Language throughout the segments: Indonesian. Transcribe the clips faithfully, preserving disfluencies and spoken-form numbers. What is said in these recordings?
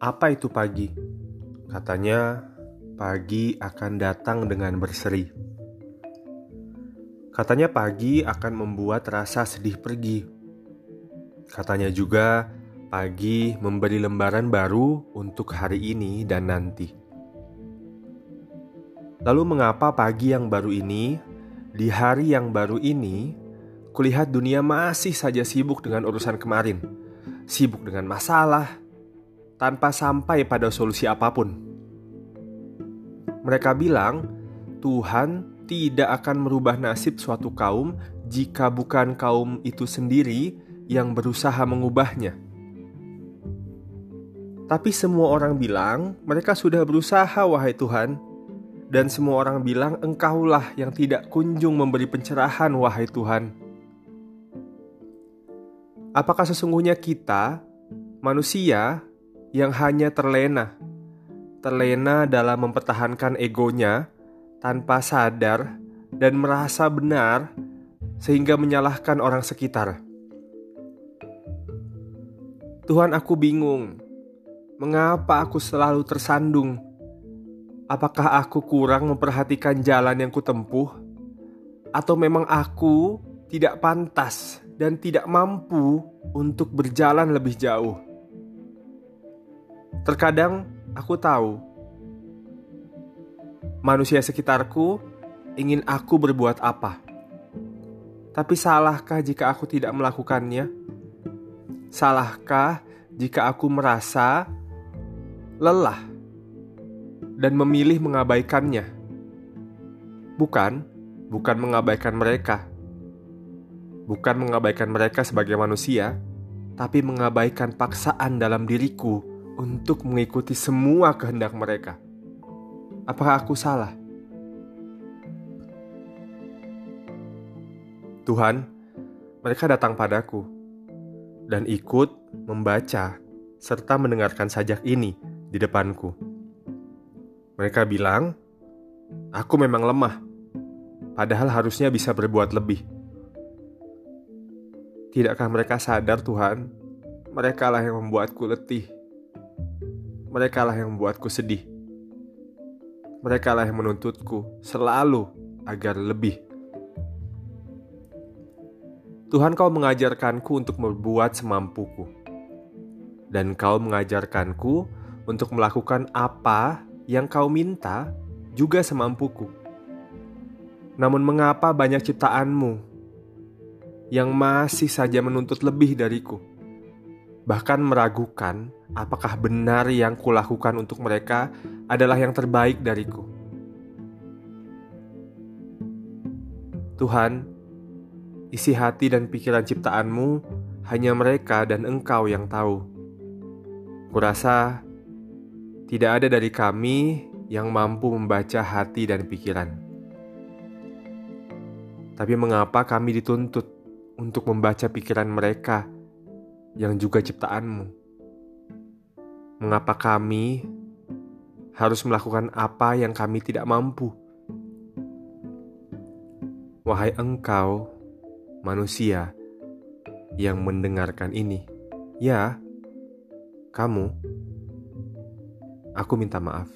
Apa itu pagi? Katanya, pagi akan datang dengan berseri. Katanya pagi akan membuat rasa sedih pergi. Katanya juga, pagi memberi lembaran baru untuk hari ini dan nanti. Lalu mengapa pagi yang baru ini, di hari yang baru ini, kulihat dunia masih saja sibuk dengan urusan kemarin, sibuk dengan masalah, tanpa sampai pada solusi apapun. Mereka bilang, Tuhan tidak akan merubah nasib suatu kaum jika bukan kaum itu sendiri yang berusaha mengubahnya. Tapi semua orang bilang, mereka sudah berusaha, wahai Tuhan. Dan semua orang bilang, Engkaulah yang tidak kunjung memberi pencerahan, wahai Tuhan. Apakah sesungguhnya kita, manusia, yang hanya terlena, terlena dalam mempertahankan egonya tanpa sadar dan merasa benar sehingga menyalahkan orang sekitar? Tuhan, aku bingung. Mengapa aku selalu tersandung? Apakah aku kurang memperhatikan jalan yang kutempuh? Atau memang aku tidak pantas dan tidak mampu untuk berjalan lebih jauh? Terkadang aku tahu manusia sekitarku ingin aku berbuat apa. Tapi salahkah jika aku tidak melakukannya? Salahkah jika aku merasa lelah dan memilih mengabaikannya? Bukan, bukan mengabaikan mereka. Bukan mengabaikan mereka sebagai manusia, tapi mengabaikan paksaan dalam diriku untuk mengikuti semua kehendak mereka. Apakah aku salah? Tuhan, mereka datang padaku dan ikut membaca serta mendengarkan sajak ini di depanku. Mereka bilang, aku memang lemah, padahal harusnya bisa berbuat lebih. Tidakkah mereka sadar, Tuhan, merekalah yang membuatku letih. Merekalah yang membuatku sedih. Merekalah yang menuntutku selalu agar lebih. Tuhan, Kau mengajarkanku untuk berbuat semampuku. Dan Kau mengajarkanku untuk melakukan apa yang Kau minta juga semampuku. Namun mengapa banyak ciptaan-Mu yang masih saja menuntut lebih dariku? Bahkan meragukan apakah benar yang kulakukan untuk mereka adalah yang terbaik dariku. Tuhan, isi hati dan pikiran ciptaan-Mu hanya mereka dan Engkau yang tahu. Kurasa tidak ada dari kami yang mampu membaca hati dan pikiran. Tapi mengapa kami dituntut untuk membaca pikiran mereka yang juga ciptaan-Mu? Mengapa kami harus melakukan apa yang kami tidak mampu? Wahai Engkau, manusia yang mendengarkan ini, ya, kamu, aku minta maaf.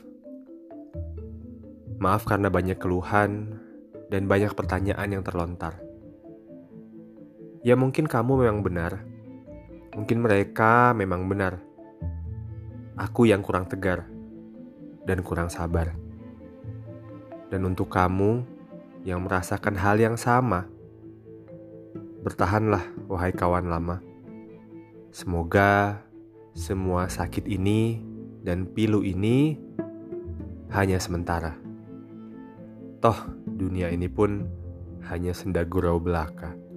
Maaf karena banyak keluhan dan banyak pertanyaan yang terlontar. Ya, mungkin kamu memang benar. Mungkin mereka memang benar. Aku yang kurang tegar dan kurang sabar. Dan untuk kamu yang merasakan hal yang sama, bertahanlah, wahai kawan lama. Semoga semua sakit ini dan pilu ini hanya sementara. Toh dunia ini pun hanya senda gurau belaka.